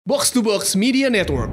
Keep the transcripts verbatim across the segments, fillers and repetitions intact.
Box to Box Media Network.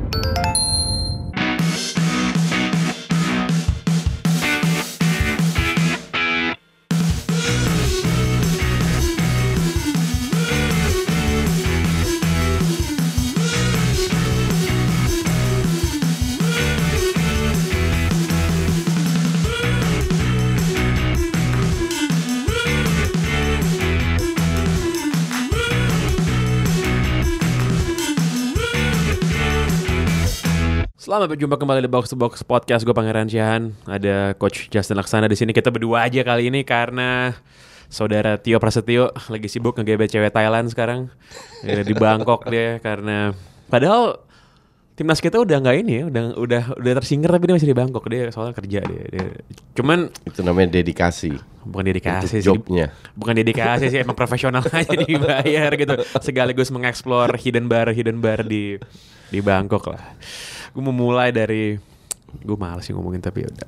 Selamat berjumpa kembali di Box to Box Podcast. Gue Pangeran Syahan. Ada Coach Justin Laksana di sini. Kita berdua aja kali ini karena saudara Tio Prasetyo lagi sibuk ngegebet cewek Thailand sekarang. Ya, di Bangkok dia karena padahal timnas kita udah nggak ini ya, udah udah udah tersingkir tapi dia masih di Bangkok. Dia soalnya kerja dia. dia. Cuman itu namanya dedikasi. Bukan dedikasi sih. Jobnya. Bukan dedikasi sih, emang profesional aja dibayar gitu. Segaligus mengeksplor hidden bar hidden bar di di Bangkok lah. Gue mau mulai dari, gue malas sih ngomongin tapi udah.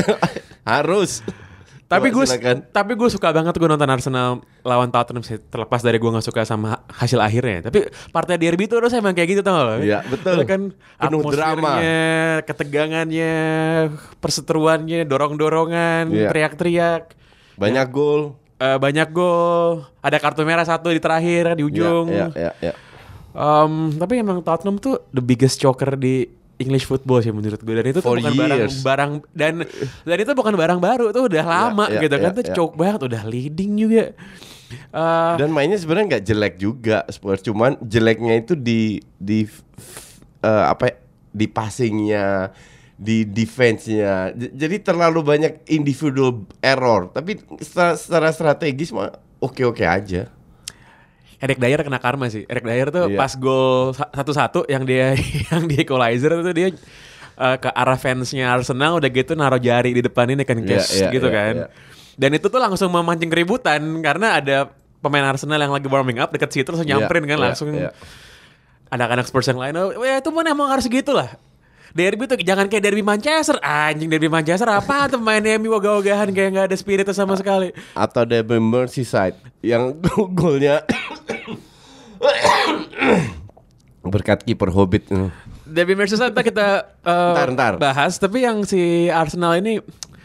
Harus. Tapi gue, tapi gue suka banget gue nonton Arsenal lawan Tottenham sih. Terlepas dari gue nggak suka sama hasil akhirnya. Tapi partai derby itu harus emang kayak gitu tau gak? Iya betul. Kan penuh drama, ketegangannya, perseteruannya, dorong-dorongan, yeah. teriak-teriak. Banyak ya. gol. Uh, banyak gol. Ada kartu merah satu di terakhir di ujung. Iya iya iya. Um, tapi emang Tottenham tuh the biggest choker di English football sih menurut gue. Dan itu tuh bukan barang, barang dan dan itu bukan barang baru, tuh udah lama yeah, yeah, gitu kan. Yeah, tuh yeah. choke banget, udah leading juga. Uh, dan mainnya sebenarnya nggak jelek juga Spurs, cuman jeleknya itu di di uh, apa ya, di passingnya, di defense-nya. J- jadi terlalu banyak individual error. Tapi secara, secara strategis mah oke-oke aja. Eric Dyer kena karma sih. Eric Dyer tuh iya. pas gol satu-satu yang dia yang di equalizer itu dia uh, ke arah fansnya Arsenal udah gitu naruh jari di depan ini kan cash yeah, yeah, gitu yeah, kan. Yeah. Dan itu tuh langsung memancing keributan karena ada pemain Arsenal yang lagi warming up deket situ terus nyamperin yeah, kan langsung yeah, yeah. anak-anak Spurs yang lain. Oh, ya itu pun emang harus gitu lah. Derby tuh jangan kayak derby Manchester. Anjing derby Manchester apa tuh main M U ogah-ogahan kayak gak ada spirit sama sekali. Atau derby Merseyside yang golnya berkat kiper Hobbit. Derby Merseyside kita uh, ntar, ntar. bahas. Tapi yang si Arsenal ini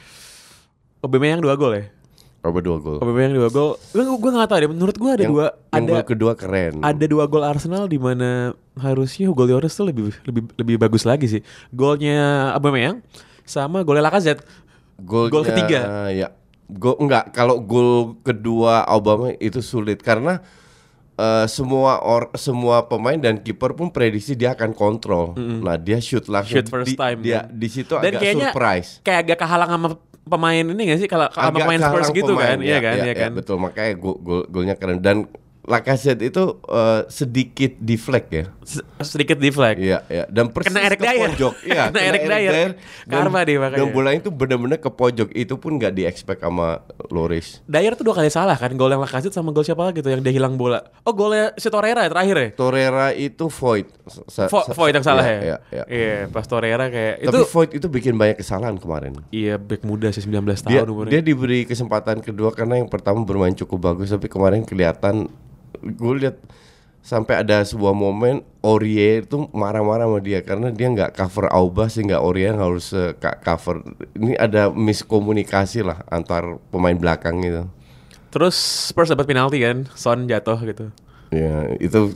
Aubameyang dua gol ya. Apa dua gol? Aubameyang dua gol. Gue gue nggak tahu deh. Menurut gue ada yang, dua. Yang ada gol kedua keren. Ada dua gol Arsenal di mana harusnya Hugo Lloris tuh lebih lebih lebih bagus lagi sih. Golnya Aubameyang sama golnya Lacazette. Golnya, gol ketiga. Ya. Gol enggak. Kalau gol kedua Aubameyang itu sulit karena uh, semua or, semua pemain dan kiper pun prediksi dia akan kontrol. Mm-hmm. Nah dia shoot langsung. Shoot first di, time. Dia kan? Di situ dan agak surprise. Kayak agak kehalang sama pemain ini gak sih kalau sama pemain Spurs gitu pemain, kan, iya kan, iya kan. Ya, betul, makanya gol, gol golnya keren dan Lacazette itu uh, sedikit deflect ya. S- sedikit deflect. Iya, iya. Dan persis kena Eric ke Dyer. pojok. Iya, kena Eric Dyer. Karma dia makanya. Dan bola itu benar-benar ke pojok. Itu pun enggak di-expect sama Lloris. Dyer tuh dua kali salah kan, gol yang Lacazette sama gol siapa lagi tuh yang dia hilang bola. Oh, golnya si Torreira ya terakhir ya? Torreira itu void. Sa- Vo- void yang salah iya, ya? Iya, iya. Iya, pas Torreira kayak tapi itu. void itu bikin banyak kesalahan kemarin. Iya, back muda sih sembilan belas dia, tahun umurnya. Dia diberi kesempatan kedua karena yang pertama bermain cukup bagus, tapi kemarin kelihatan gue lihat sampai ada sebuah momen Aurier itu marah-marah sama dia karena dia nggak cover Auba sehingga Aurier harus uh, cover. Ini ada miskomunikasi lah antar pemain belakang gitu. Terus Spurs dapat penalti kan, Son jatuh gitu. Ya itu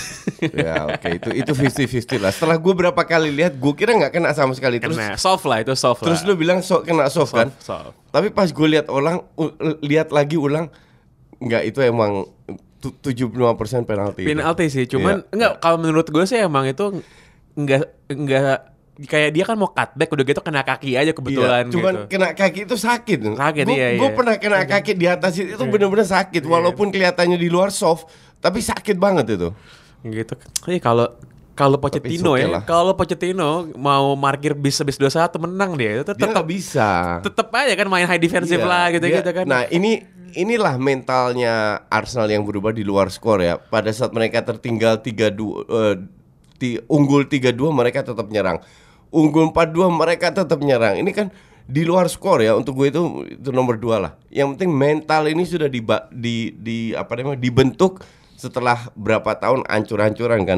ya oke okay. itu itu fifty fifty lah. Setelah gue berapa kali lihat, gue kira nggak kena sama sekali. Terus kena soft lah itu soft terus lah. lu bilang so, kena soft, soft kan? Soft. Tapi pas gue lihat ulang, uh, lihat lagi ulang, nggak itu emang tujuh puluh lima persen penalti. Penalti sih, cuman yeah. enggak kalau menurut gue sih emang itu enggak enggak kayak dia kan mau cutback udah gitu kena kaki aja kebetulan iya, cuman gitu. kena kaki itu sakit. Sakit gua, iya. Gue iya. pernah kena kaki di atas itu, itu benar-benar sakit walaupun kelihatannya di luar soft, tapi sakit banget itu. Gitu. Iya kalau kalau Pochettino ya, kalau Pochettino mau markir bis habis dua satu menang dia, tetap dia bisa. Tetap aja kan main high defensive iya, lah gitu-gitu kan. Nah, ini inilah mentalnya Arsenal yang berubah di luar skor ya. Pada saat mereka tertinggal tiga dua uh, ti, unggul tiga dua mereka tetap nyerang. Unggul empat dua mereka tetap nyerang. Ini kan di luar skor ya, untuk gue itu itu nomor dua lah. Yang penting mental ini sudah di di, di apa namanya dibentuk setelah berapa tahun ancur-ancuran kan.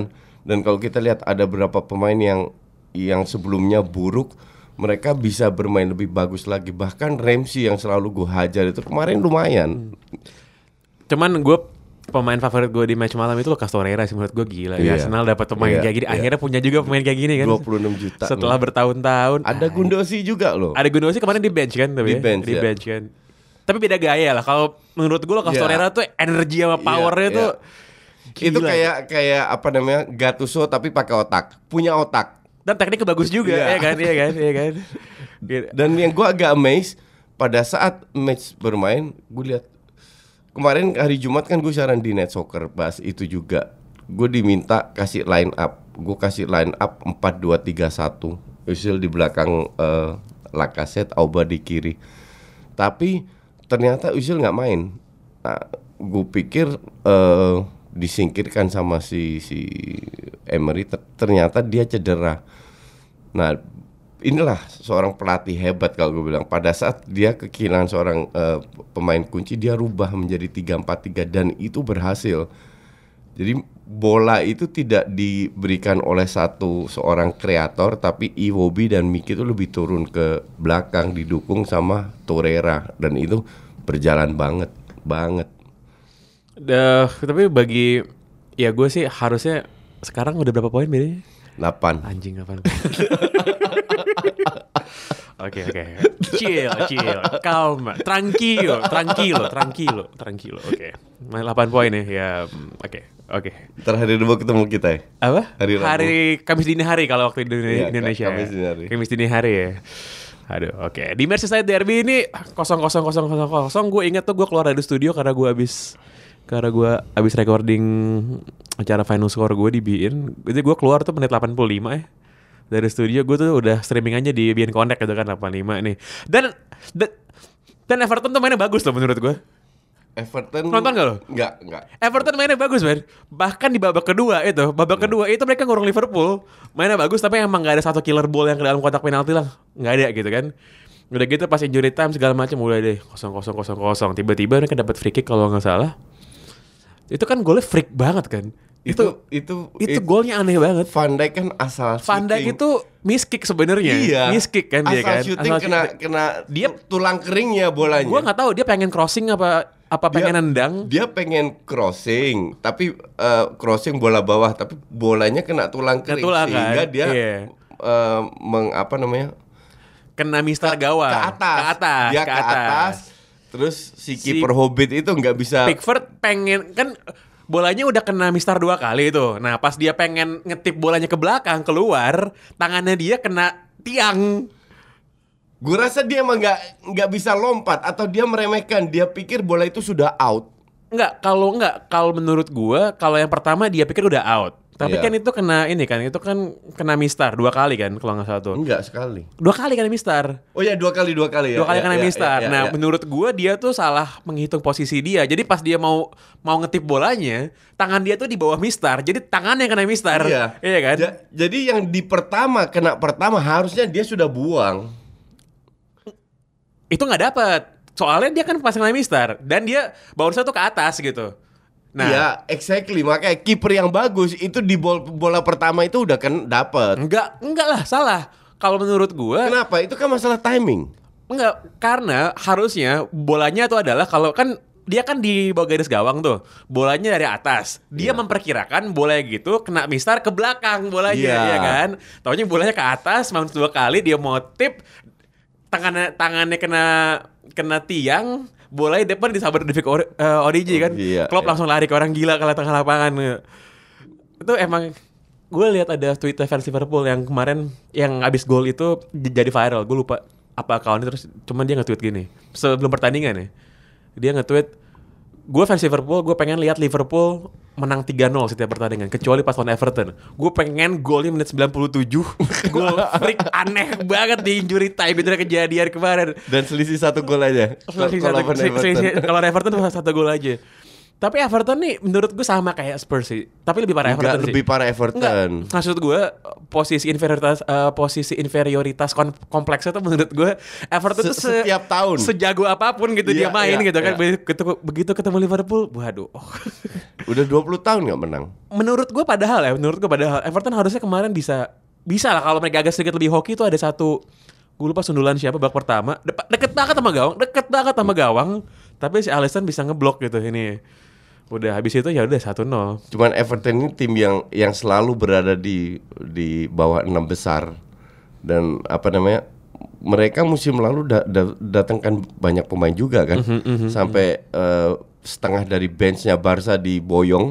Dan kalau kita lihat ada beberapa pemain yang yang sebelumnya buruk, mereka bisa bermain lebih bagus lagi. Bahkan Ramsey yang selalu gue hajar itu kemarin lumayan. Cuman gue pemain favorit gue di match malam itu Lucas Torreira sih, menurut gue gila. Iya. Arsenal dapat pemain Iya, kayak gini. iya. Akhirnya punya juga pemain kayak gini kan. dua puluh enam juta. Setelah nih. bertahun-tahun. Ada Gundosi juga loh. Ada Gundosi kemarin di bench kan tapi Di ya? bench, Di ya. bench kan. Tapi beda gaya lah. Kalau menurut gue Lucas Iya. Torreira tuh energi sama powernya Iya, tuh iya. Itu gila. kayak kayak apa namanya? Gattuso tapi pakai otak. Punya otak. Dan tekniknya bagus juga, Iya. ya kan, iya kan, iya kan. Dan yang gue agak amazed pada saat match bermain, gue lihat kemarin hari Jumat kan gue siaran di Net Soccer bahas itu juga. Gue diminta kasih line up, gue kasih line up empat dua tiga satu. Usil di belakang uh, Lacazette, Auba di kiri. Tapi ternyata Usil nggak main. Nah, gue pikir uh, disingkirkan sama si si Emery, ternyata dia cedera. Nah, inilah seorang pelatih hebat kalau gue bilang. Pada saat dia kehilangan seorang uh, pemain kunci, dia rubah menjadi tiga empat tiga dan itu berhasil. Jadi bola itu tidak diberikan oleh satu seorang kreator, tapi Iwobi dan Miki itu lebih turun ke belakang didukung sama Torreira dan itu berjalan banget, banget. Dah, tapi bagi ya gue sih harusnya sekarang udah berapa poin bedanya? delapan. Anjing apaan? Oke oke. Chill, chill, calm, tranquilo, tranquilo, tranquilo, tranquilo. Oke. Okay. delapan poin ya. Ya, oke. Okay. Oke. Okay. Ntar hari Rabu ketemu kita ya. Apa? Hari Rabu. Hari Kamis dini hari kalau waktu di Iya, Indonesia. Kamis dini hari. Kamis dini hari ya. Aduh, oke. Okay. Di Merseyside Derby ini kosong kosong kosong kosong kosong. Gue inget tuh gue keluar dari studio karena gue habis karena gue habis recording acara final score gue di B I N. Jadi gue keluar tuh menit delapan puluh lima ya. Dari studio gue tuh udah streaming aja di B I N Connect gitu kan delapan puluh lima nih. Dan dan, dan Everton tuh mainnya bagus loh menurut gue. Everton Nonton gak lo? Enggak, enggak. Everton mainnya bagus man. Bahkan di babak kedua itu, babak kedua itu mereka ngurung Liverpool. Mainnya bagus tapi emang gak ada satu killer ball yang ke dalam kotak penalti lah. Gak ada gitu kan. Udah gitu pas injury time segala macam udah deh kosong kosong kosong kosong. Tiba-tiba mereka dapat free kick kalau gak salah. Itu kan golnya freak banget kan. Itu itu itu, itu golnya aneh banget. Van Dijk kan asal Van Dijk itu miss kick sebenarnya. Iya. Miss kick kan dia kan. Asal shooting kena kena dia tulang keringnya bolanya. Gua nggak tahu dia pengen crossing apa apa pengen dia, nendang. Dia pengen crossing, tapi uh, crossing bola bawah, tapi bolanya kena tulang kering tulang, sehingga kan? dia iya. uh, meng apa namanya? Kena mister gawang ke atas. Ke atas. Dia ke ke atas. atas. Terus si kiper si Hobbit itu nggak bisa. Pickford pengen kan bolanya udah kena mistar dua kali tuh. Nah pas dia pengen ngetip bolanya ke belakang keluar, tangannya dia kena tiang. Gue rasa dia emang nggak nggak bisa lompat atau dia meremehkan. Dia pikir bola itu sudah out. Enggak, kalau enggak kalau menurut gue kalau yang pertama dia pikir udah out. Tapi yeah. kan itu kena ini kan, itu kan kena mistar dua kali kan kalau nggak salah tuh. Enggak, sekali. Dua kali kena mistar. Oh ya dua kali dua kali ya. Dua kali ya, kena ya, mistar. ya, ya, nah ya. menurut gue dia tuh salah menghitung posisi dia. Jadi pas dia mau mau ngetip bolanya, tangan dia tuh di bawah mistar. Jadi tangannya yang kena mistar. Iya, iya kan? Ja, jadi yang di pertama kena pertama harusnya dia sudah buang. Itu nggak dapet. Soalnya dia kan pas kena mistar dan dia bounce tuh ke atas gitu. Nah, ya, exactly. Makanya kiper yang bagus itu di bola, bola pertama itu udah kan dapat. Enggak, enggak lah, salah. Kalau menurut gua, kenapa? Itu kan masalah timing. Enggak, karena harusnya bolanya tuh adalah kalau kan dia kan di bawah garis gawang tuh. Bolanya dari atas. Dia yeah. memperkirakan bola gitu kena mistar ke belakang bolanya, yeah. ya kan? Taunya bolanya ke atas, bounce dua kali, dia mau tip tangannya tangannya kena kena tiang. Bolanya depan disabar David Or- uh, Origi kan, iya, Klopp iya. langsung lari ke orang gila ke tengah lapangan. Itu emang gue lihat ada Twitter fans Liverpool yang kemarin yang abis gol itu jadi viral. Gue lupa apa account-nya terus, cuman dia nge-tweet gini sebelum pertandingan ya. Dia nge-tweet, gue fans Liverpool, gue pengen lihat Liverpool menang tiga nol setiap pertandingan kecuali pas lawan Everton. Gue pengen golnya menit sembilan puluh tujuh. Gol freak aneh banget di injury time itu kejadian kemarin. Dan selisih satu gol aja. Selisih satu, selisih, kalau Everton tuh satu gol aja. Tapi Everton nih menurut gue sama kayak Spurs sih. Tapi lebih parah Everton Enggak, sih. lebih parah Everton. Enggak, maksud gue posisi inferioritas uh, posisi inferioritas kon- kompleksnya tuh menurut gue Everton Se- tuh se- setiap tahun sejago apapun gitu Iya, dia main iya, gitu kan. iya. Begitu, begitu ketemu Liverpool, waduh. Udah dua puluh tahun gak menang. Menurut gue padahal ya, menurut gue padahal Everton harusnya kemarin bisa bisa lah kalau mereka agak sedikit lebih hoki tuh ada satu, gue lupa sundulan siapa babak pertama, de- deket banget sama gawang, deket banget sama gawang, tapi si Alisson bisa ngeblok gitu ini. Udah habis itu ya udah satu nol. Cuman Everton ini tim yang yang selalu berada di di bawah enam besar dan apa namanya mereka musim lalu da, da, datangkan banyak pemain juga kan mm-hmm, mm-hmm, sampai uh, setengah dari benchnya Barca diboyong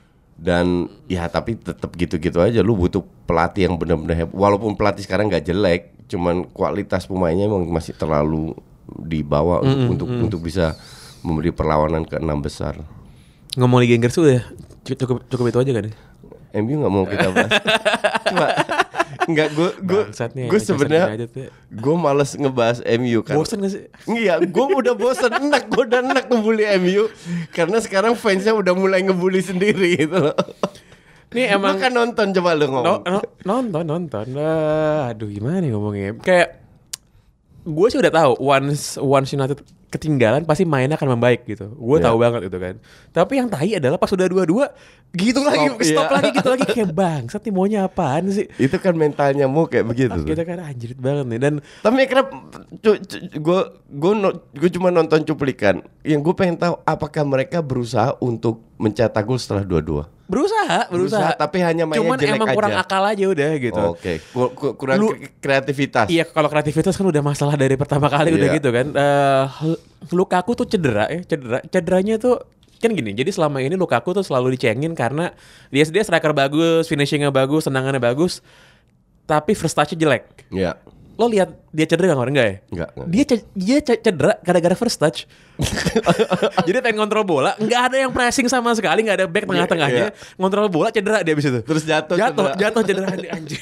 dan ya tapi tetap gitu-gitu aja lu butuh pelatih yang benar-benar hebat. Walaupun pelatih sekarang nggak jelek, cuman kualitas pemainnya emang masih terlalu di bawah mm-hmm, untuk mm-hmm. untuk bisa memberi perlawanan ke enam besar. Ngomong Liga Inggris tuh ya cukup cukup itu aja kan ya? M U nggak mau kita bahas. Cuma nggak gue gue gue sebenarnya gue males ngebahas M U kan. Bosan gak sih? Iya, gue udah bosan enak, gue udah enak ngebully M U karena sekarang fansnya udah mulai ngebully sendiri gitu loh. Nih emang lu kan nonton coba lu ngomong. No, no, nonton nonton lah. Aduh gimana nih ngomongnya? Kayak gue sih udah tahu once once United ketinggalan pasti mainnya akan membaik gitu. Gue yeah. tahu banget itu kan. Tapi yang tai adalah pas udah dua-dua gitu stop, lagi, stop yeah. lagi gitu lagi kayak bangsat nih maunya apaan sih? Itu kan mentalnya mau kayak begitu. Kita kan anjir banget nih dan tapi kenapa gue gue gue cuma nonton cuplikan. Yang gue pengen tahu apakah mereka berusaha untuk mencetak gol setelah dua-dua? Berusaha, berusaha, berusaha, tapi hanya mainnya cuman jelek emang aja. Kurang akal aja udah gitu. Oh, Oke, okay. kurang Lu, kreativitas. Iya, kalau kreativitas kan udah masalah dari pertama kali yeah. udah gitu kan. Uh, Lukaku tuh cedera ya, cedera. Cederanya tuh kan gini. Jadi selama ini Lukaku tuh selalu dicengin karena dia dia striker bagus, finishingnya bagus, tendangannya bagus, tapi first touch-nya jelek. Iya. Yeah. Lo lihat dia cedera gak kemarin enggak ya? Enggak, enggak. Dia c- dia c- cedera gara-gara first touch. Jadi pengen kontrol bola, nggak ada yang pressing sama sekali, nggak ada back tengah-tengahnya. Yeah, yeah. Ngontrol bola cedera dia abis itu. Terus jatuh, jatuh, cedera. jatuh cedera anjir.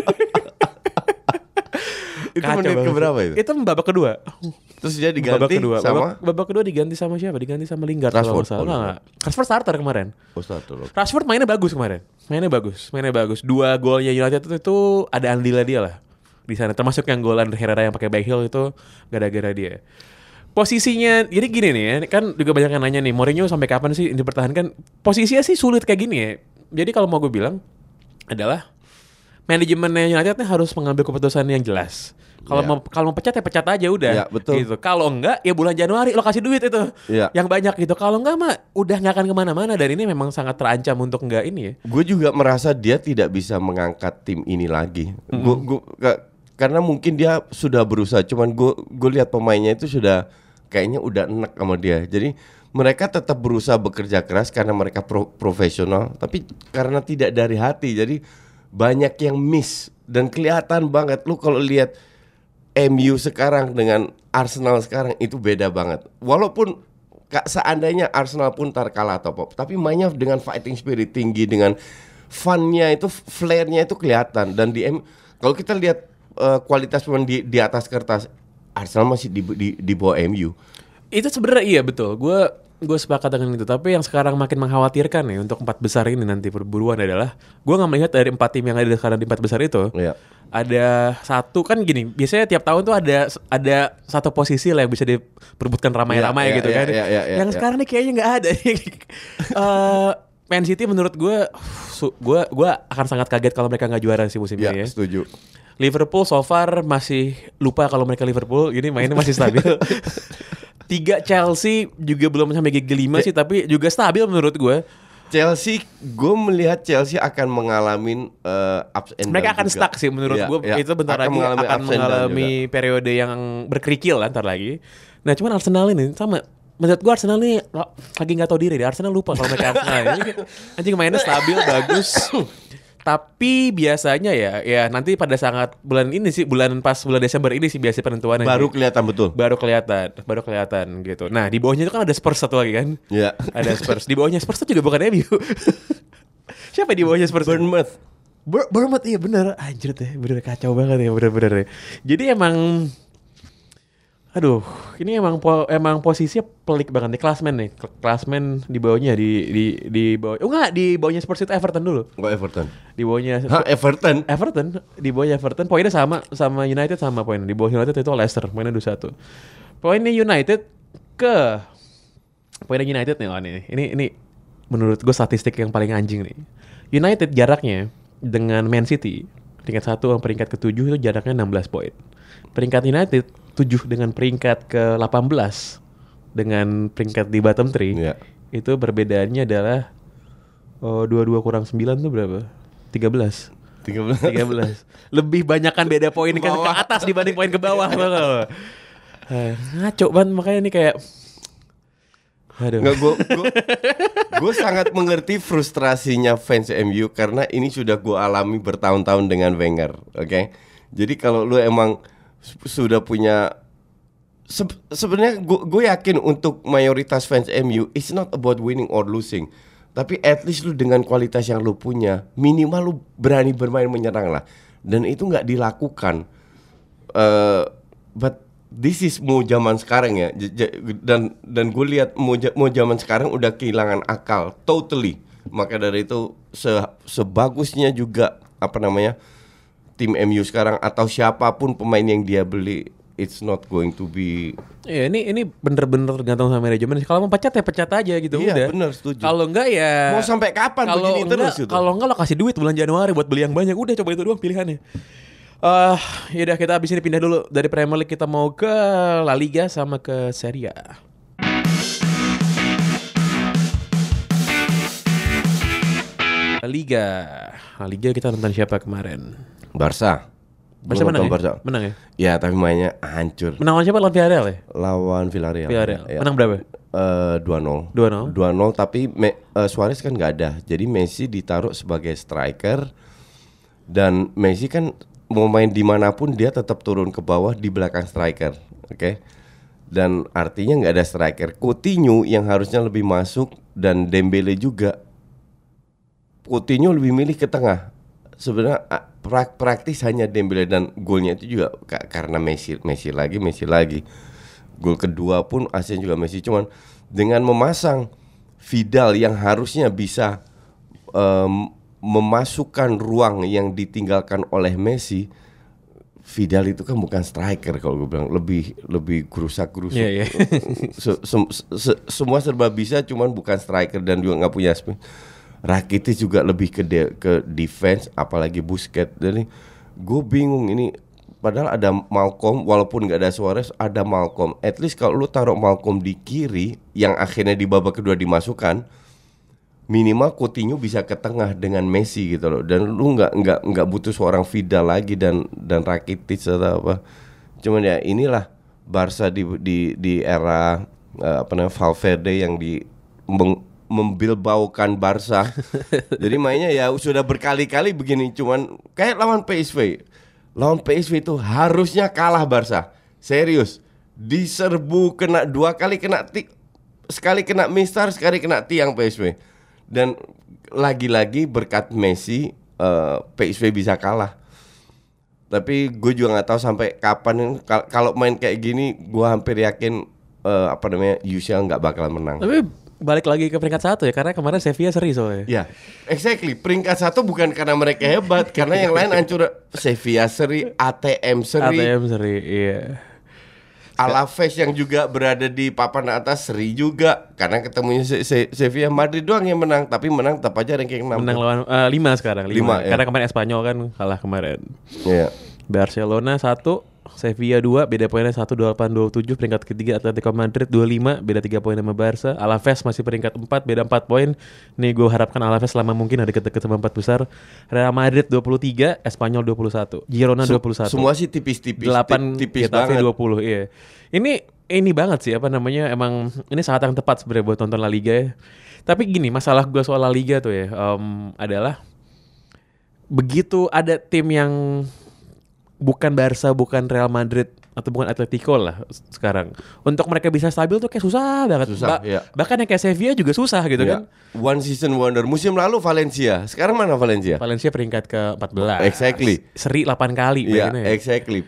Itu menit keberapa itu? Itu babak kedua. Terus dia diganti babak kedua. sama babak, babak kedua diganti sama siapa? Diganti sama Lingard. Rashford. Kalau nggak salah. Rashford starter kemarin. Oh starter. Okay. Rashford mainnya bagus kemarin. Mainnya bagus, mainnya bagus. Dua golnya United itu, itu ada andilnya dia lah di sana. Termasuk yang golan Herrera yang pakai back heel itu gara-gara dia. Posisinya, jadi gini nih ya, kan juga banyak yang nanya nih, Mourinho sampai kapan sih dipertahankan? Posisinya sih sulit kayak gini ya. Jadi kalau mau gue bilang adalah manajemennya United harus mengambil keputusan yang jelas. Kalau yeah. mau kalau mau pecat ya pecat aja udah. Yeah, betul. Gitu. Kalau enggak ya bulan Januari lo kasih duit itu yeah. yang banyak gitu. Kalau enggak mah udah nggak akan kemana-mana dan ini memang sangat terancam untuk enggak ini ya. Gue juga merasa dia tidak bisa mengangkat tim ini lagi. Mm-hmm. Gue gue karena mungkin dia sudah berusaha. Cuman gue gue lihat pemainnya itu sudah kayaknya udah enak sama dia. Jadi mereka tetap berusaha bekerja keras karena mereka pro- profesional. Tapi karena tidak dari hati. Jadi banyak yang miss dan kelihatan banget lu kalau lihat M U sekarang dengan Arsenal sekarang itu beda banget. Walaupun seandainya Arsenal pun ntar kalah atau apa, tapi mainnya dengan fighting spirit tinggi, dengan fun-nya itu, flair-nya itu kelihatan. Dan di M, kalau kita lihat uh, kualitas pemain di, di atas kertas, Arsenal masih di, di, di bawah M U. Itu sebenarnya iya betul. Gue gue sepakat dengan itu. Tapi yang sekarang makin mengkhawatirkan nih untuk empat besar ini nanti perburuan adalah gue nggak melihat dari empat tim yang ada sekarang di empat besar itu. Iya. Ada satu kan gini, biasanya tiap tahun tuh ada ada satu posisi lah yang bisa diperbutkan ramai-ramai ya, gitu ya, kan. ya, ya, ya, yang ya. sekarang nih kayaknya nggak ada. uh, Man City menurut gue, gue gue akan sangat kaget kalau mereka nggak juara sih musim ya, ini ya. Setuju. Liverpool so far masih lupa kalau mereka Liverpool, ini mainnya masih stabil. Tiga Chelsea juga belum sampai gigi lima sih, tapi juga stabil menurut gue. Chelsea, gue melihat Chelsea akan mengalami uh, ups and down. Mereka akan juga. stuck sih menurut ya, gue. Ya. Itu bentar akan lagi mengalami akan mengalami periode yang berkerikil lah ntar lagi. Nah cuman Arsenal ini sama. Menurut gue Arsenal ini lagi gak tahu diri deh. Arsenal lupa kalau mereka Arsenal. Anjing mainnya stabil, bagus. Tapi biasanya ya, ya nanti pada saat bulan ini sih, bulan pas bulan Desember ini sih biasa penentuannya. Baru sih. kelihatan betul. Baru kelihatan, baru kelihatan gitu. Nah di bawahnya itu kan ada Spurs satu lagi kan? Iya. Ada Spurs. Di bawahnya Spurs itu juga bukan M U. Siapa di bawahnya Spurs? Bournemouth. Bur- Bournemouth iya bener. Anjir deh, bener kacau banget ya, bener-bener ya. Jadi emang Aduh, ini emang po, emang posisinya pelik banget nih, klasmen nih. Klasmen di bawahnya di di di bawah. Oh enggak, di bawahnya Spurs itu Everton dulu. Enggak Everton. Di bawahnya Hah, Everton. Everton, di bawahnya Everton poinnya sama sama United sama poin. Di bawah United itu Leicester, poinnya dua puluh satu. Poinnya United ke poinnya United nih, oh nih. Ini ini menurut gue statistik yang paling anjing nih. United jaraknya dengan Man City peringkat satu sama peringkat ketujuh itu jaraknya enam belas poin. Peringkat United tujuh dengan peringkat ke delapan belas dengan peringkat di bottom three. Yeah. Itu perbedaannya adalah oh, dua puluh dua kurang sembilan tuh berapa? tiga belas. tiga belas. tiga belas. Lebih banyakan beda poin ke, ke atas dibanding poin ke bawah. Ngaco banget, makanya ini kayak aduh. Nggak, gue gue sangat mengerti frustrasinya fans M U karena ini sudah gue alami bertahun-tahun dengan Wenger, oke? Okay? Jadi kalau lu emang sudah punya se- sebenarnya gue yakin untuk mayoritas fans M U it's not about winning or losing, tapi at least lu dengan kualitas yang lu punya minimal lu berani bermain menyerang lah, dan itu nggak dilakukan. Uh, but this is mau zaman sekarang ya, dan dan gue lihat mau mau zaman sekarang udah kehilangan akal totally. Maka dari itu se, sebagusnya juga apa namanya tim M U sekarang atau siapapun pemain yang dia beli, it's not going to be. Iya, ini ini bener-bener tergantung sama manajemen. Kalau mau pecat ya pecat aja gitu. Iya, udah. Bener, setuju. Kalau enggak ya mau sampai kapan begini enggak, terus gitu. Kalau enggak lo kasih duit bulan Januari buat beli yang banyak. Udah, coba itu doang pilihannya. Uh, yaudah kita abis ini pindah dulu dari Premier League, kita mau ke La Liga sama ke Serie A. La Liga, La Liga kita nonton siapa kemarin? Barca. Barca menang ya? Barca. Menang ya? Ya tapi mainnya hancur. Menang lawan siapa? Lawan Villarreal ya? Lawan Villarreal. Villarreal. Ya. Menang berapa? Uh, dua nol. dua nol. dua nol tapi me, uh, Suarez kan nggak ada. Jadi Messi ditaruh sebagai striker dan Messi kan mau main dimanapun dia tetap turun ke bawah di belakang striker, oke? Okay? Dan artinya nggak ada striker. Coutinho yang harusnya lebih masuk dan Dembele juga. Coutinho lebih milih ke tengah. Sebenarnya prak- praktis hanya Dembele, dan golnya itu juga k- karena Messi, Messi lagi, Messi lagi. Gol kedua pun aslinya juga Messi. Cuman dengan memasang Vidal yang harusnya bisa um, memasukkan ruang yang ditinggalkan oleh Messi, Vidal itu kan bukan striker kalau gue bilang, lebih lebih gerusak-gerusuk. Yeah, yeah. se- se- se- semua serba bisa, cuman bukan striker dan juga nggak punya speed. Rakitic juga lebih ke de- ke defense, apalagi Busquets. Jadi gue bingung ini. Padahal ada Malcolm, walaupun nggak ada Suarez, ada Malcolm. At least kalau lu taruh Malcolm di kiri, yang akhirnya di babak kedua dimasukkan, minimal Coutinho bisa ke tengah dengan Messi gitu loh, dan lu nggak nggak nggak butuh seorang Vidal lagi dan dan Rakitic atau apa. Cuman ya inilah Barca di di di era uh, apa namanya Valverde yang di meng, membilbaukan Barca. Jadi mainnya ya sudah berkali-kali begini, cuman kayak lawan P S V. Lawan P S V itu harusnya kalah Barca. Serius. Diserbu, kena dua kali kena ti- sekali kena mistar, sekali kena tiang P S V. Dan lagi-lagi berkat Messi uh, P S V bisa kalah. Tapi gue juga nggak tahu sampai kapan. Kal- kalau main kayak gini, gue hampir yakin uh, apa namanya U C L nggak bakalan menang. Tapi balik lagi ke peringkat satu ya, karena kemarin Sevilla seri soalnya. Ya, exactly. Peringkat satu bukan karena mereka hebat, karena yang lain hancur. Sevilla seri, A T M seri, A T M seri, iya. Alaves yang juga berada di papan atas seri juga, karena ketemunya Se- Se- Sevilla. Madrid doang yang menang, tapi menang tetap aja ranking enam. Menang lawan uh, lima sekarang, lima. lima ya. Karena kemarin Espanyol kan kalah kemarin. Iya. Barcelona satu, Sevilla dua, beda poinnya satu dua delapan dua tujuh. Peringkat ketiga Atletico Madrid dua puluh lima, beda tiga poin sama Barca. Alaves masih peringkat empat, beda empat poin. Nih gue harapkan Alaves selama mungkin ada deket-deket sama empat besar. Real Madrid dua puluh tiga, Espanyol dua puluh satu, Girona dua puluh satu. Semua sih tipis-tipis. delapan, tipis Getafe banget. dua puluh, iya. Ini ini banget sih apa namanya, emang ini saat yang tepat sebenarnya buat tonton La Liga ya. Tapi gini, masalah gue soal La Liga tuh ya um, adalah begitu ada tim yang bukan Barca, bukan Real Madrid atau bukan Atletico lah sekarang, untuk mereka bisa stabil tuh kayak susah banget. Susah, ba- iya. Bahkan yang kayak Sevilla juga susah gitu Iya. kan. One season wonder. Musim lalu Valencia, sekarang mana Valencia? Valencia peringkat ke empat belas. Exactly. Seri delapan kali Iya, mainnya. exactly. Pa-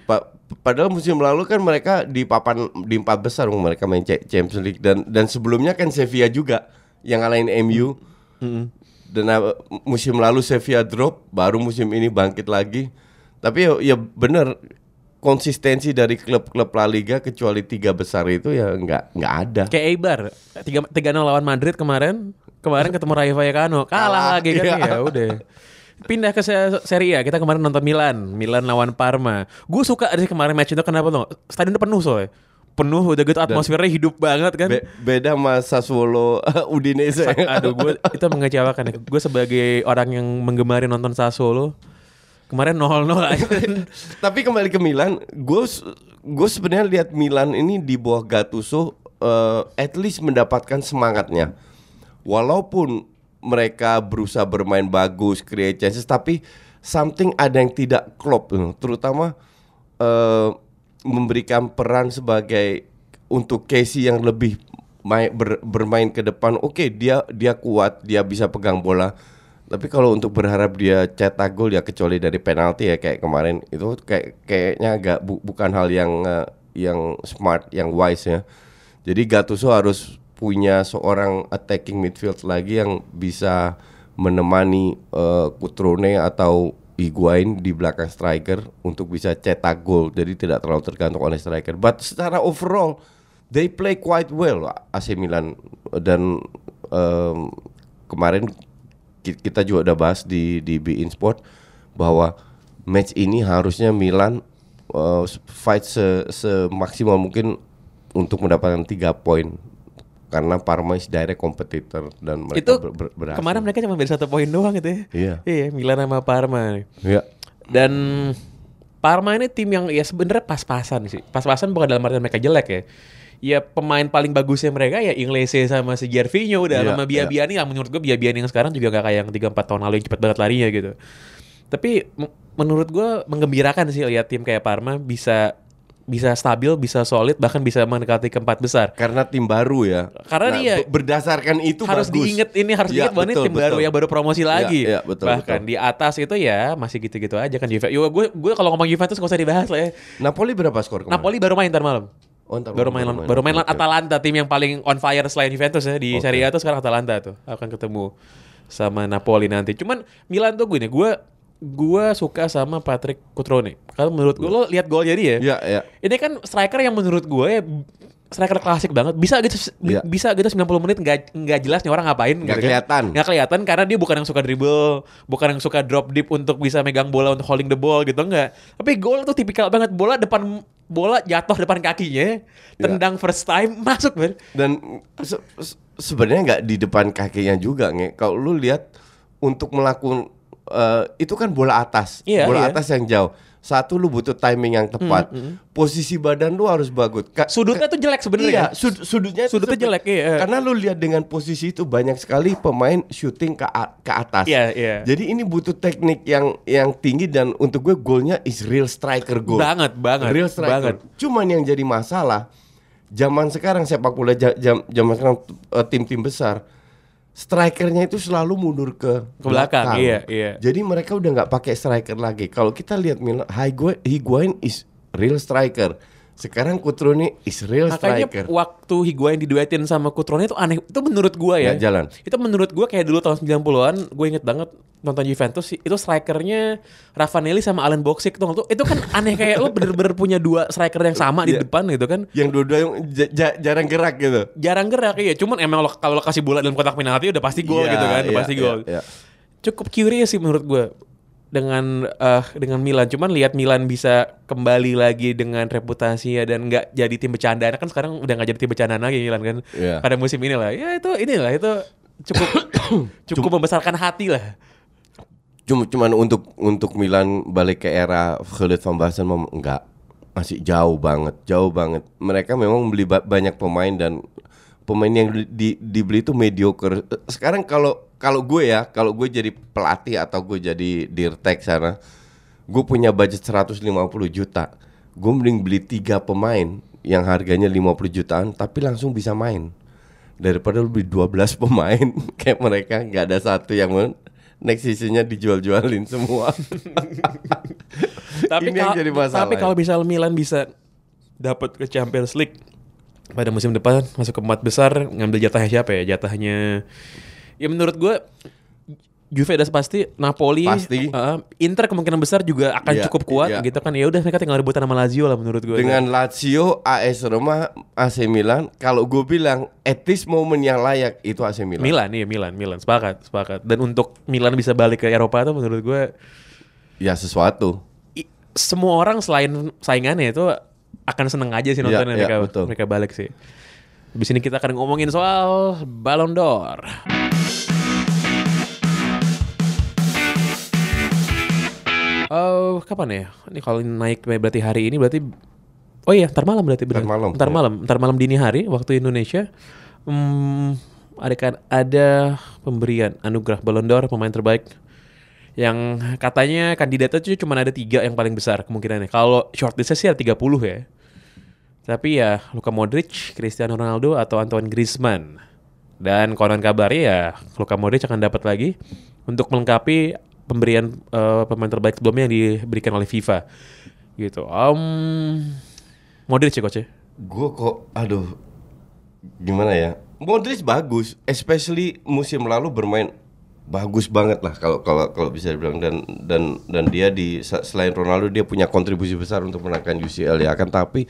padahal musim lalu kan mereka di papan di empat besar mereka main Champions League dan dan sebelumnya kan Sevilla juga yang ngalahin M U. Mm-hmm. Dan uh, musim lalu Sevilla drop, baru musim ini bangkit lagi. Tapi ya, ya benar konsistensi dari klub-klub La Liga kecuali tiga besar itu ya nggak nggak ada. Kayak Eibar tiga nol lawan Madrid kemarin, kemarin ketemu Rayo Vallecano kalah, kalah lagi kan iya. Ya udah. Pindah ke Serie A, kita kemarin nonton Milan, Milan lawan Parma. Gue suka sih kemarin match itu, kenapa tuh? Stadionnya penuh soalnya. Penuh, udah gitu atmosfernya Dan hidup banget kan. Be- beda sama Sassuolo Udinese. Aduh, gue itu mengecewakan ya. Gue sebagai orang yang menggemari nonton Sassuolo, kemarin nol nol aja. Tapi kembali ke Milan, gue gue sebenarnya lihat Milan ini di bawah Gattuso uh, at least mendapatkan semangatnya. Walaupun mereka berusaha bermain bagus, create chances, tapi something ada yang tidak klop, terutama uh, memberikan peran sebagai untuk Casey yang lebih main, ber, bermain ke depan. Oke, okay, dia dia kuat, dia bisa pegang bola. Tapi kalau untuk berharap dia cetak gol ya kecuali dari penalti ya kayak kemarin itu kayak kayaknya agak bu, bukan hal yang uh, yang smart, yang wise ya. Jadi Gattuso harus punya seorang attacking midfield lagi yang bisa menemani uh, Cutrone atau Higuain di belakang striker untuk bisa cetak gol. Jadi tidak terlalu tergantung oleh striker. But secara overall they play quite well A C Milan. Dan um, kemarin kita juga udah bahas di di beIN Sport bahwa match ini harusnya Milan uh, fight se semaksimal mungkin untuk mendapatkan tiga poin. Karena Parma is direct competitor dan mereka itu ber- ber- berhasil. Kemarin mereka cuma beda satu poin doang gitu ya. Iya. Iya, Milan sama Parma. Iya. Dan Parma ini tim yang ya sebenarnya pas-pasan sih. Pas-pasan bukan dalam artian mereka jelek ya. Ya pemain paling bagusnya mereka ya Inglese sama si Gervinho udah, yeah, sama Biabiani yeah. Lah menurut gue Biabiani yang sekarang juga gak kayak yang tiga empat tahun lalu yang cepat banget larinya gitu. Tapi m- menurut gue menggembirakan sih lihat tim kayak Parma bisa bisa stabil, bisa solid, bahkan bisa mendekati keempat besar. Karena tim baru ya. Karena nah, dia berdasarkan itu harus bagus. Diinget ini harus ya, diinget bahwa ini tim betul. Baru yang baru promosi lagi. Ya, ya, betul, bahkan betul. Di atas itu ya masih gitu-gitu aja kan Juve. Yo gue gue kalau ngomong Juventus gak usah dibahas lah ya. Napoli berapa skor kemarin? Napoli baru main ntar malam. Oh, ntar baru main, baru main, baru main okay. Atalanta, tim yang paling on fire selain Juventus ya di okay. Serie A tuh sekarang Atalanta tuh akan ketemu sama Napoli nanti. Cuman Milan tuh gue nih, gue gue suka sama Patrick Cutrone. Kalau menurut gue, lo lihat golnya dia. Iya, iya. Ini kan striker yang menurut gue ya striker klasik banget. Bisa gitu ya. Bisa gitu sembilan puluh menit enggak enggak jelas nih orang ngapain. Enggak kelihatan. Enggak kelihatan karena dia bukan yang suka dribble, bukan yang suka drop deep untuk bisa megang bola untuk holding the ball gitu enggak. Tapi gol tuh tipikal banget, bola depan bola jatuh depan kakinya, tendang ya. First time masuk, Ben. Dan se se sebenarnya enggak di depan kakinya juga, nge. Kalau lu lihat untuk melakukan Uh, itu kan bola atas, yeah, bola yeah. atas yang jauh. Satu, lu butuh timing yang tepat. Mm, mm. Posisi badan lu harus bagus. Ka sudutnya tuh jelek sebenarnya. Iya, sud sudutnya sudutnya jelek. Iya. Karena lu lihat dengan posisi itu banyak sekali pemain shooting ke ke atas. Iya, iya. Jadi ini butuh teknik yang yang tinggi dan untuk gue golnya is real striker goal. Banget, banget. Real striker. Banget. Cuman yang jadi masalah zaman sekarang sepak bola jam zaman sekarang uh, tim-tim besar. Strikernya itu selalu mundur ke, ke belakang, belakang. Iya, iya. Jadi mereka udah nggak pakai striker lagi. Kalau kita lihat Milan, Higuain is real striker. Sekarang Cutrone is real Makanya striker. Makanya waktu Higuain diduetin sama Cutrone itu aneh. Itu menurut gua ya. Nggak jalan. Itu menurut gua kayak dulu tahun sembilan puluhan, gue inget banget nonton Juventus itu strikernya Raffanelli sama Alan Boxic tuh. Itu kan aneh kayak lo bener-bener punya dua striker yang sama di depan gitu kan. Yang dua-dua yang jarang gerak gitu. Jarang gerak iya. Cuman emang lo, kalau lo kasih bola dalam kotak penalti udah pasti gol yeah, gitu kan, udah yeah, pasti gol. Yeah, yeah. Cukup curious sih menurut gue dengan uh, dengan Milan. Cuman lihat Milan bisa kembali lagi dengan reputasinya dan nggak jadi tim bercandaan. Kan sekarang udah nggak jadi tim bercandaan lagi Milan kan. Yeah. Pada musim ini lah. Ya itu inilah itu cukup cukup membesarkan hati lah. Cuma cuman untuk untuk Milan balik ke era Khalid van Basten enggak, masih jauh banget, jauh banget. Mereka memang beli ba banyak pemain dan pemain yang di, dibeli itu mediocre. Sekarang kalau kalau gue ya, kalau gue jadi pelatih atau gue jadi dirtek sana, gue punya budget seratus lima puluh juta. Gue mending beli tiga pemain yang harganya lima puluh jutaan tapi langsung bisa main. Daripada lu beli dua belas pemain kayak mereka enggak ada satu yang men next season-nya dijual-jualin semua. Tapi ini yang jadi masalah. Tapi kalau misal Milan bisa dapat ke Champions League pada musim depan, masuk ke empat besar, ngambil jatahnya siapa ya? Jatahnya ya menurut gue Juve udah pasti, Napoli, pasti. Uh, Inter kemungkinan besar juga akan yeah, cukup kuat yeah. gitu kan. Ya udah mereka tinggal rebutan sama Lazio lah menurut gue. Dengan kan. Lazio, A S Roma, A C Milan, kalau gue bilang at this moment yang layak itu A C Milan. Milan iya Milan, Milan sepakat, sepakat. Dan untuk Milan bisa balik ke Eropa tuh menurut gue ya sesuatu. I, semua orang selain saingannya itu akan seneng aja sih nontonnya yeah, mereka yeah, mereka balik sih. Habis ini kita akan ngomongin soal Ballon d'Or. Oh, kapan ya? Ini kalau naik berarti hari ini berarti oh iya, ntar malam berarti benar. Ntar malam. Ntar malam, ya. Ntar malam dini hari waktu Indonesia. Hmm, ada kan ada pemberian anugerah Ballon d'Or pemain terbaik yang katanya kandidatnya tuh cuma ada tiga yang paling besar kemungkinannya. Kalau shortlistnya sih ada tiga puluh ya. Tapi ya Luka Modric, Cristiano Ronaldo atau Antoine Griezmann. Dan konon kabarnya ya Luka Modric akan dapat lagi untuk melengkapi pemberian uh, pemain terbaik sebelumnya yang diberikan oleh FIFA gitu. Um, Modric ya coach ya? Gue kok aduh gimana ya? Modric bagus, especially musim lalu bermain bagus banget lah kalau kalau kalau bisa dibilang, dan dan dan dia di selain Ronaldo dia punya kontribusi besar untuk menangkan U C L ya kan, tapi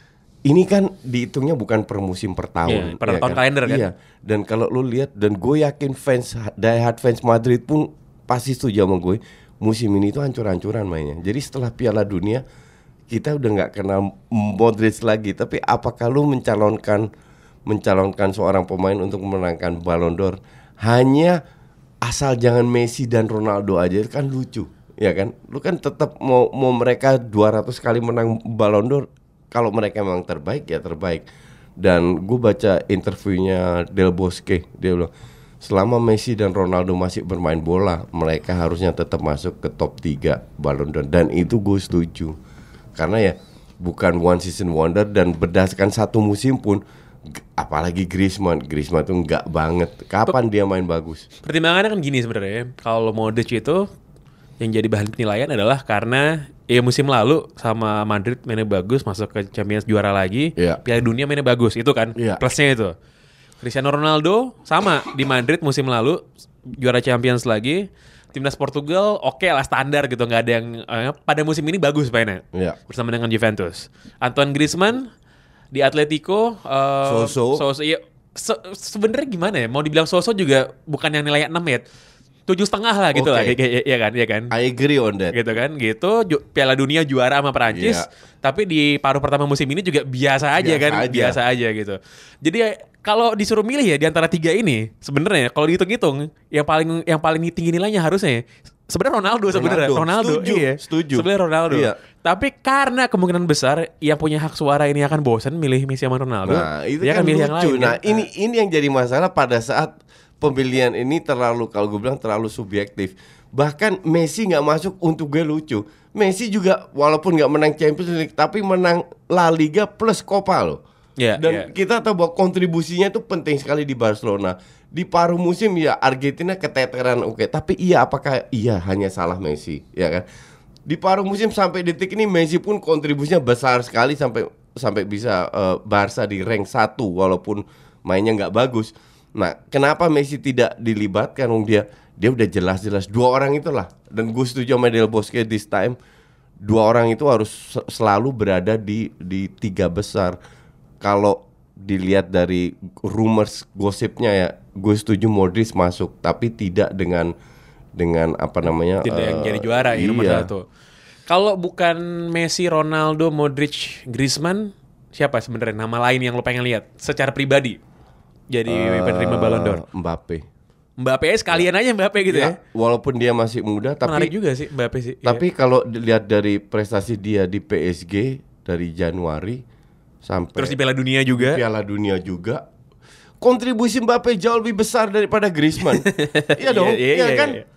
ini kan dihitungnya bukan per musim per tahun, yeah, per ya tahun kan? Kalender kan. Iya. Dan kalau lu lihat, dan gue yakin fans diehard fans Madrid pun pasti setuju sama gue, musim ini tuh hancur-hancuran mainnya. Jadi setelah Piala Dunia kita udah nggak kenal Modric lagi. Tapi apakah lu mencalonkan mencalonkan seorang pemain untuk memenangkan Ballon d'Or hanya asal jangan Messi dan Ronaldo aja, kan lucu, ya kan? Lu kan tetap mau mau mereka dua ratus kali menang Ballon d'Or, kalau mereka memang terbaik ya terbaik. Dan gue baca interviewnya Del Bosque, dia bilang selama Messi dan Ronaldo masih bermain bola, mereka harusnya tetap masuk ke top tiga Ballon d'Or. Dan itu gue setuju. Karena ya bukan one season wonder, dan berdasarkan satu musim pun, apalagi Griezmann, Griezmann tuh enggak banget. Kapan P- dia main bagus? Pertimbangannya kan gini sebenarnya. Kalau Modric itu yang jadi bahan penilaian adalah karena ya musim lalu sama Madrid mainnya bagus, masuk ke Champions juara lagi, yeah. Piala Dunia mainnya bagus, itu kan yeah. Plusnya itu. Cristiano Ronaldo sama di Madrid musim lalu juara Champions lagi, timnas Portugal oke okay lah standar gitu, nggak ada yang eh, pada musim ini bagus mainnya yeah. bersama dengan Juventus. Antoine Griezmann di Atletico uh, so-so, so-so ya, se- sebenarnya gimana ya, mau dibilang so-so juga bukan yang nilai enam ya, tujuh setengah lah gitu okay. lah, ya, ya kan, ya kan. I agree on that. Gitu kan, gitu. Ju- Piala Dunia juara sama Perancis, yeah. Tapi di paruh pertama musim ini juga biasa aja biasa kan, aja. biasa aja gitu. Jadi ya, kalau disuruh milih ya di antara tiga ini, sebenarnya kalau dihitung-hitung, yang paling yang paling tinggi nilainya harusnya sebenarnya Ronaldo sebenarnya. Ronaldo, Ronaldo. Setuju, iya. setuju. Sebenarnya Ronaldo. Iya. Tapi karena kemungkinan besar yang punya hak suara ini akan bosan milih Messi sama Ronaldo, nah, itu dia kan akan milih lucu. yang lain. Nah, kan? ini ini yang jadi masalah pada saat pemilihan ini terlalu, kalau gue bilang terlalu subjektif. Bahkan Messi nggak masuk untuk gue lucu. Messi juga walaupun nggak menang Champions League, tapi menang La Liga plus Copa loh. Yeah, Dan yeah. kita tahu bahwa kontribusinya itu penting sekali di Barcelona. Di paruh musim ya Argentina keteteran oke, okay. Tapi iya apakah iya hanya salah Messi, ya kan? Di paruh musim sampai detik ini Messi pun kontribusinya besar sekali sampai sampai bisa uh, Barca di rank satu walaupun mainnya nggak bagus. Nah, kenapa Messi tidak dilibatkan? Dia dia udah jelas-jelas dua orang itulah. Dan gue setuju sama Del Bosque this time. Dua orang itu harus selalu berada di di tiga besar. Kalau dilihat dari rumors gosipnya ya, gue setuju Modric masuk, tapi tidak dengan dengan apa namanya? Tidak uh, yang jadi juara ini nomor satu. Kalau bukan Messi, Ronaldo, Modric, Griezmann, siapa sebenarnya nama lain yang lo pengen lihat secara pribadi jadi uh, penerima Ballon d'Or? Mbappe. Mbappe sekalian ya. aja Mbappe gitu ya, ya. Walaupun dia masih muda, tapi menarik juga sih Mbappe sih. Tapi ya. Kalau dilihat dari prestasi dia di P S G dari Januari sampai terus di Piala Dunia juga, di Piala Dunia juga, kontribusi Mbappe jauh lebih besar daripada Griezmann. Iya dong, iya, iya, iya kan. Iya, iya.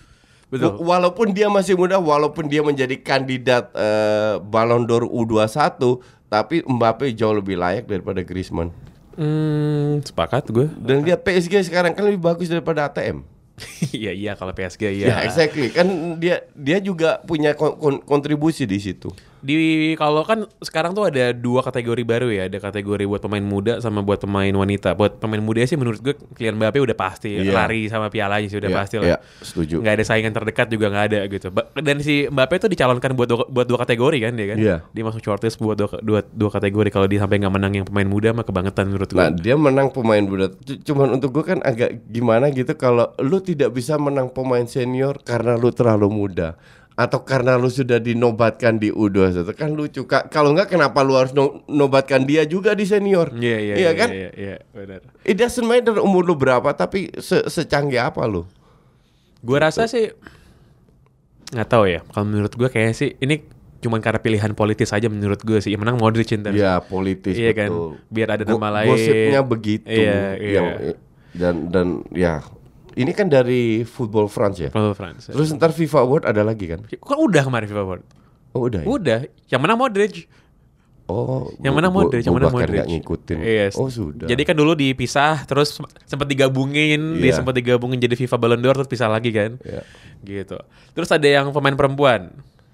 Betul. Walaupun dia masih muda, walaupun dia menjadi kandidat uh, Ballon d'Or U dua puluh satu, tapi Mbappe jauh lebih layak daripada Griezmann. Hmm, sepakat gue. Dan lihat P S G sekarang kan lebih bagus daripada A T M. Iya iya kalau P S G iya. Ya exactly kan dia dia juga punya kon- kontribusi di situ. Di kalau kan sekarang tuh ada dua kategori baru ya, ada kategori buat pemain muda sama buat pemain wanita. Buat pemain muda sih menurut gue Kylian Mbappe udah pasti yeah. lari sama pialanya sih udah yeah, pasti lah. Yeah, setuju. Nggak ada saingan terdekat juga nggak ada gitu. Dan si Mbappe tuh dicalonkan buat dua, buat dua kategori kan dia kan. Yeah. Dia masuk shortlist buat dua, dua, dua kategori. Kalau dia sampai nggak menang yang pemain muda mah kebangetan menurut gue. Nah dia menang pemain muda. Cuman untuk gue kan agak gimana gitu kalau lu tidak bisa menang pemain senior karena lu terlalu muda. Atau karena lu sudah dinobatkan di U dua puluh satu kan lucu. Kalau enggak kenapa lu harus no- nobatkan dia juga di senior? Iya iya iya kan? Iya iya benar. It doesn't matter umur lu berapa tapi se- secanggih apa lu? Gua rasa sih nggak tahu ya. Kalau menurut gua kayaknya sih ini cuman karena pilihan politis aja menurut gue sih. Yang menang Modric ntar. Iya politis iya betul. Kan? Biar ada Go- nama lain. Gosipnya begitu. Iya, iya. Yang, dan dan ya. Ini kan dari Football France ya? Football France. Terus ntar FIFA Award ada lagi kan? Kan udah kemarin FIFA Award. Oh udah ya? Udah. Yang menang Modric. Oh. Yang menang Modric, yang menang Modric. Gak ngikutin. Yes. Oh sudah. Jadi kan dulu dipisah, terus sempat digabungin, yeah. dia sempat digabungin jadi FIFA Ballon d'Or, terus pisah lagi kan? Yeah. Gitu. Terus ada yang pemain perempuan.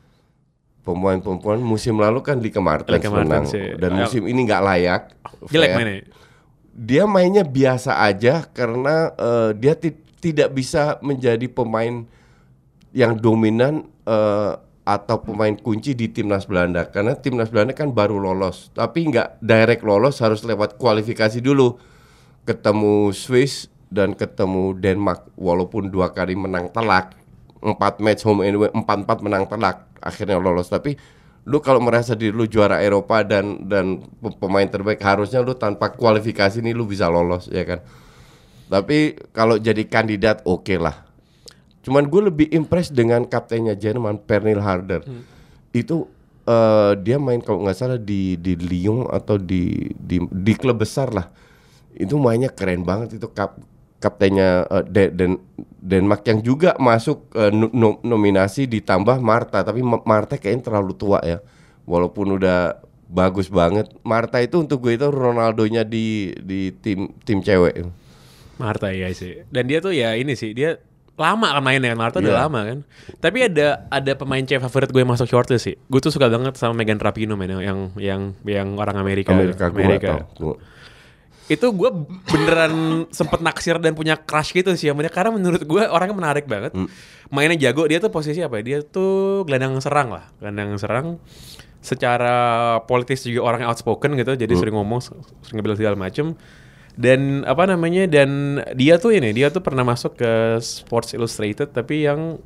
Pemain perempuan musim lalu kan Lieke Martens menang. Dan musim ini nggak layak. Jelek mainnya. Dia mainnya biasa aja karena uh, dia t- tidak bisa menjadi pemain yang dominan uh, atau pemain kunci di timnas Belanda karena timnas Belanda kan baru lolos tapi nggak direct lolos, harus lewat kualifikasi dulu, ketemu Swiss dan ketemu Denmark. Walaupun dua kali menang telak, empat match home and away, empat empat menang telak, akhirnya lolos. Tapi lu kalau merasa diri lu juara Eropa dan dan pemain terbaik, harusnya lu tanpa kualifikasi ini lu bisa lolos ya kan. Tapi kalau jadi kandidat oke okay lah. Cuman gue lebih impress dengan kaptennya Jerman, Pernille Harder. Hmm. Itu uh, dia main kalau nggak salah di di Lyon atau di di di klub besar lah. Itu mainnya keren banget itu kap kaptennya uh, Den, Den Denmark yang juga masuk uh, no, nominasi ditambah Marta. Tapi Marta kayaknya terlalu tua ya. Walaupun udah bagus banget. Marta itu untuk gue itu Ronaldonya di di tim tim cewek. Marta ya sih. Dan dia tuh ya ini sih, dia lama kan mainnya kan, Marta yeah. udah lama kan. Tapi ada ada pemain cewek favorit gue yang masuk shortlist sih. Gue tuh suka banget sama Megan Rapinoe men, yang yang yang orang Amerika. Amerika, Amerika. Gue itu gue beneran sempet naksir dan punya crush gitu sih sama dia karena menurut gue orangnya menarik banget. Hmm. Mainnya jago, dia tuh posisi apa? Dia tuh gelandang serang lah, gelandang serang. Secara politis juga orangnya outspoken gitu, jadi hmm. sering ngomong, sering ngebela segala macem. Dan apa namanya, dan dia tuh ini, dia tuh pernah masuk ke Sports Illustrated tapi yang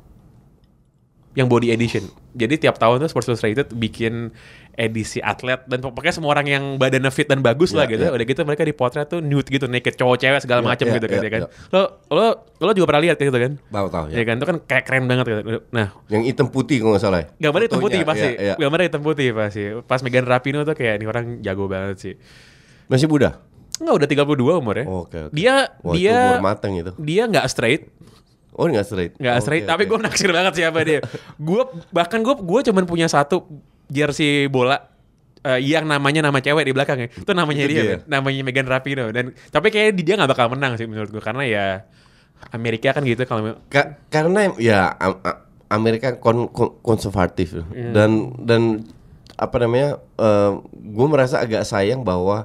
yang body edition. Jadi tiap tahun tuh Sports Illustrated bikin edisi atlet dan pokoknya semua orang yang badannya fit dan bagus yeah, lah gitu. Yeah. Udah gitu mereka dipotret tuh nude gitu, naked, cowok cewek segala yeah, macam yeah, gitu kan, yeah, ya kan. Yeah. Lo lo lo juga pernah lihat gitu kan? Tahu tahu ya. Ya kan, itu kan kayak keren banget gitu. Nah, yang hitam putih kalau nggak salah. Gambarnya hitam putih pasti. Yeah, yeah. Gambarnya hitam putih pasti. Pas Megan Rapinoe tuh kayak ini orang jago banget sih. Masih muda? Enggak, udah tiga puluh dua umurnya. Oh, okay, okay. Dia Wah, dia umur matang itu. Dia enggak straight. Oh, enggak straight. Enggak oh, straight, okay, tapi okay. gue naksir banget siapa dia. Gue bahkan gue gue cuman punya satu jersey bola uh, yang namanya nama cewek di belakangnya. Itu namanya itu dia, dia. Kan? Namanya Megan Rapinoe. Dan tapi kayaknya dia enggak bakal menang sih menurut gue karena ya Amerika kan gitu kalau Ka- karena ya Amerika kon- kon- konservatif hmm. dan dan apa namanya? Uh, gue merasa agak sayang bahwa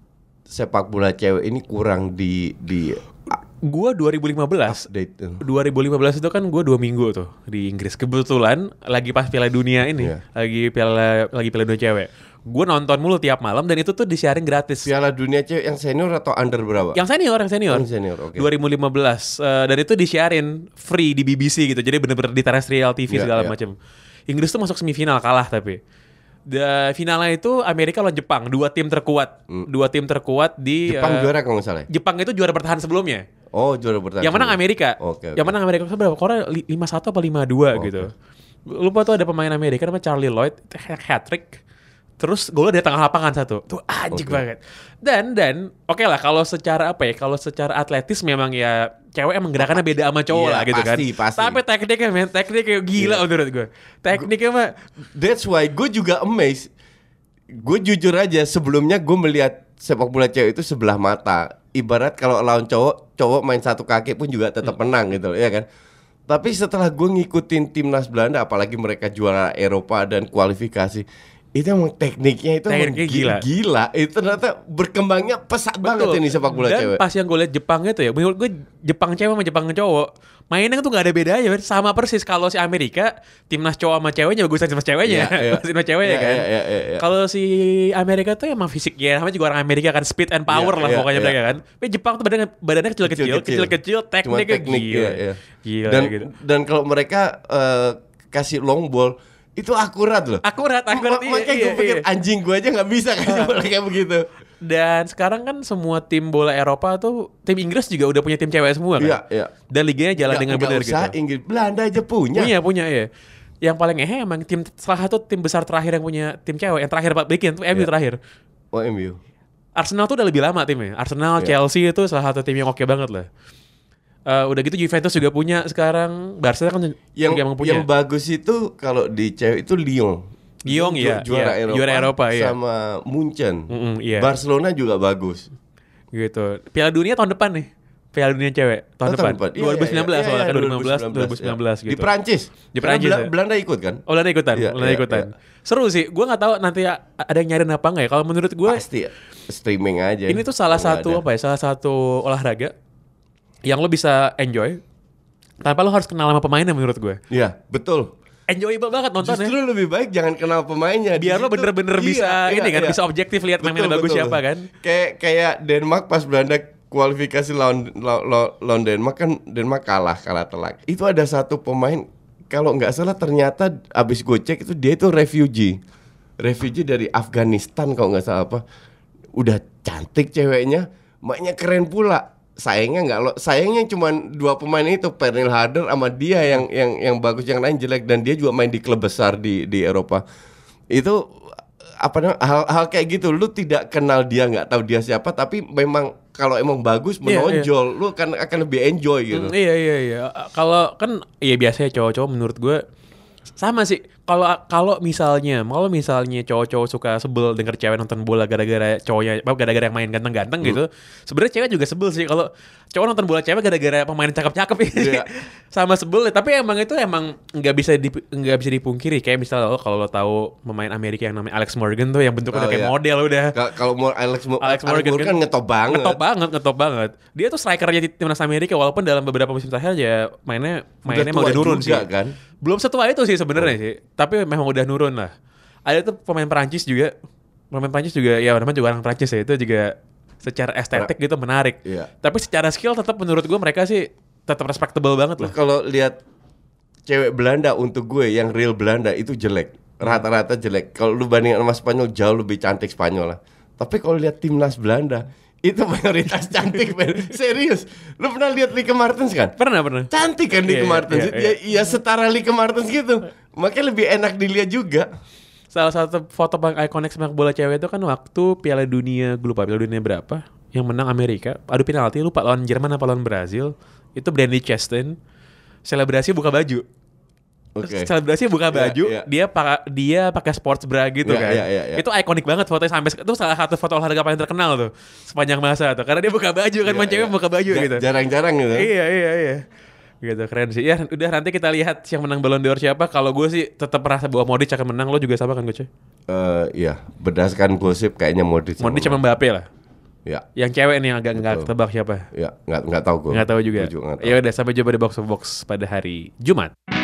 sepak bola cewek ini kurang di di gua dua ribu lima belas update. dua ribu lima belas itu kan gua dua minggu tuh di Inggris. Kebetulan lagi pas Piala Dunia ini, yeah. lagi Piala lagi Piala Dunia cewek. Gua nonton mulu tiap malam dan itu tuh disiarin gratis. Piala Dunia cewek yang senior atau under berapa? Yang senior, yang senior. Yang senior, oke. Okay. dua ribu lima belas uh, dan itu disiarin free di B B C gitu. Jadi bener-bener di terrestrial T V yeah, segala yeah. macam. Inggris tuh masuk semifinal, kalah tapi. The finalnya itu Amerika lawan Jepang, dua tim terkuat, hmm. dua tim terkuat di Jepang uh, juara kalau nggak salah. Jepang itu juara bertahan sebelumnya. Oh, juara bertahan. Yang menang Amerika. Okay, okay. Yang menang Amerika berapa? Korea lima satu apa lima dua oh, gitu. Okay. Lupa tuh ada pemain Amerika namanya Charlie Lloyd, hat trick. Terus golnya di tengah lapangan satu. Tuh anjing okay. banget. Dan dan oke okay lah kalau secara apa ya? Kalau secara atletis memang ya cewek emang gerakannya beda sama cowok yeah, lah gitu pasti, kan. Pasti. Tapi tekniknya men, tekniknya gila yeah. menurut gue. Tekniknya mah that's why gue juga amazed. Gue jujur aja sebelumnya gue melihat sepak bola cewek itu sebelah mata. ibarat kalau lawan cowok, cowok main satu kaki pun juga tetap hmm. menang gitu, ya kan? Tapi setelah gue ngikutin timnas Belanda, apalagi mereka juara Eropa dan kualifikasi, itu emang tekniknya itu emang gila. gila. Itu ternyata berkembangnya pesat Betul. banget ini sepak bola Dan cewek. Dan pas yang gue lihat Jepang itu ya, menurut gue Jepang cewek sama Jepang cowok mainnya tuh gak ada bedanya, sama persis. Kalau si Amerika timnas cowok sama ceweknya bagusan timnas ceweknya, yeah, yeah. timnas ceweknya yeah, kan. Yeah, yeah, yeah, yeah. Kalau si Amerika tuh emang fisiknya, namanya juga orang Amerika kan, speed and power yeah, lah yeah, pokoknya yeah. mereka kan. Tapi Jepang tuh badannya badannya kecil-kecil, kecil-kecil, tekniknya teknik, gila. Yeah, yeah. Gila dan, gitu. Dan kalau mereka uh, kasih long ball itu akurat loh. Akurat, akurat. M- makanya iya, gue pikir iya. anjing gue aja nggak bisa kasih bola kayak begitu. Dan sekarang kan semua tim bola Eropa tuh, tim Inggris juga udah punya tim cewek semua kan. Iya, iya. Dan liganya jalan gak, dengan benar gitu. Nggak usah Inggris, Belanda aja punya. Punya, punya ya. Yang paling ehe emang tim salah satu tim besar terakhir yang punya tim cewek, yang terakhir Pak bikin tuh M U iya. terakhir. Oh M U. Arsenal tuh udah lebih lama timnya. Arsenal, iya. Chelsea itu salah satu tim yang oke banget lah. Uh, udah gitu Juventus juga punya sekarang, Barca kan yang, juga punya. Yang bagus itu kalau di cewek itu Lyon. Lyon Ju- ya, juara iya, Eropa, juara Eropa iya. Sama Munchen. Mm-mm, iya. Barcelona juga bagus. Gitu. Piala Dunia tahun depan nih. Piala Dunia cewek tahun oh, depan. depan. dua ribu sembilan belas iya, iya, soalnya kan dua ribu sembilan belas dua ribu sembilan belas ya. gitu. Di Perancis. Di Perancis. Bel- ya? Belanda ikut kan? Oh, Belanda ikutan. Iya, Belanda iya, ikutan. Iya. Seru sih. Gua enggak tahu nanti ada yang nyariin apa enggak ya. Kalau menurut gue pasti streaming aja. Ini tuh salah satu ada. apa ya? Salah satu olahraga yang lo bisa enjoy tanpa lo harus kenal sama pemainnya menurut gue. Iya, betul. Enjoyable banget nontonnya. Justru lebih baik jangan kenal pemainnya. Biar lo bener-bener iya, bisa iya, ini kan, iya. bisa objektif lihat pemain bagus betul. siapa kan. Kayak kayak Denmark pas Belanda kualifikasi lawan lawan Denmark kan, Denmark kalah, kalah telak. Itu ada satu pemain kalau nggak salah ternyata abis gue cek itu dia itu refugee. Refugee dari Afghanistan kalau nggak salah apa. Udah cantik ceweknya, maknya keren pula. Sayangnya nggak lo, sayangnya cuma dua pemain itu, Pernille Harder sama dia yang yang yang bagus, yang lain jelek, dan dia juga main di klub besar di di Eropa. Itu apa namanya hal-hal kayak gitu, lu tidak kenal dia, nggak tahu dia siapa, tapi memang kalau emang bagus menonjol, yeah, yeah. lu akan akan lebih enjoy gitu. Mm, iya iya iya. Kalau kan ya biasanya cowok-cowok menurut gue sama sih. Kalau kalau misalnya, kalau misalnya cowok-cowok suka sebel denger cewek nonton bola gara-gara cowoknya, gara-gara yang main ganteng-ganteng hmm. gitu. Sebenarnya cewek juga sebel sih kalau cowok nonton bola cewek gara-gara pemain cakep-cakep gitu. Yeah. Sama sebel. Tapi emang itu emang nggak bisa dip, nggak bisa dipungkiri. Kayak misalnya lo kalau lo tahu pemain Amerika yang namanya Alex Morgan tuh yang bentuknya oh, udah kayak yeah. model udah. Kalau mau Alex, Mo- Alex Morgan, Alex Morgan kan ngetop banget. Ngetop banget, ngetop banget. Dia tuh strikernya di timnas Amerika walaupun dalam beberapa musim terakhir ya mainnya mainnya udah, udah nurun sih. Kan? Belum setua itu sih sebenarnya oh. sih. Tapi memang udah nurun lah. Ada tuh pemain Perancis juga. Pemain Perancis juga ya namanya juga orang Perancis ya. Itu juga secara estetik gitu menarik. Iya. Tapi secara skill tetap menurut gue mereka sih tetap respectable banget lah. Kalau lihat cewek Belanda untuk gue yang real Belanda itu jelek. Rata-rata jelek. Kalau lu bandingkan sama Spanyol jauh lebih cantik Spanyol lah. Tapi kalau lihat timnas Belanda itu mayoritas cantik, men. Serius. Lu pernah lihat Lieke Martens kan? Pernah, pernah. Cantik kan Lieke yeah, Martens. Yeah, yeah. Ya, ya setara Lieke Martens gitu. Makanya lebih enak dilihat juga. Salah satu foto paling ikonik sepak bola cewek itu kan waktu Piala Dunia, gue lupa Piala Dunia berapa, yang menang Amerika, adu penalti, lupa lawan Jerman apa lawan Brazil. Itu Brandy Chastain selebrasi buka baju. Okay. Selebrasi buka baju, yeah, yeah. dia pakai dia pakai sports bra gitu yeah, kan. Yeah, yeah, yeah. Itu ikonik banget fotonya, sampai itu salah satu foto olahraga paling terkenal tuh sepanjang masa tuh. Karena dia buka baju kan, yeah, cewek yeah. buka baju ja- gitu. Jarang-jarang gitu. Iya iya iya. Gitu keren sih. Ya udah nanti kita lihat yang menang Ballon d'Or siapa. Kalau gue sih tetap merasa bahwa Modric akan menang. Lo juga sama kan Coach? Eh uh, iya, berdasarkan gosip kayaknya Modric. Modric sama Mbappe lah. Ya. Yang cewek nih agak nggak ketebak siapa? Ya, nggak nggak tahu gue. Nggak tahu juga. Ya udah sampai jumpa di box of box pada hari Jumat.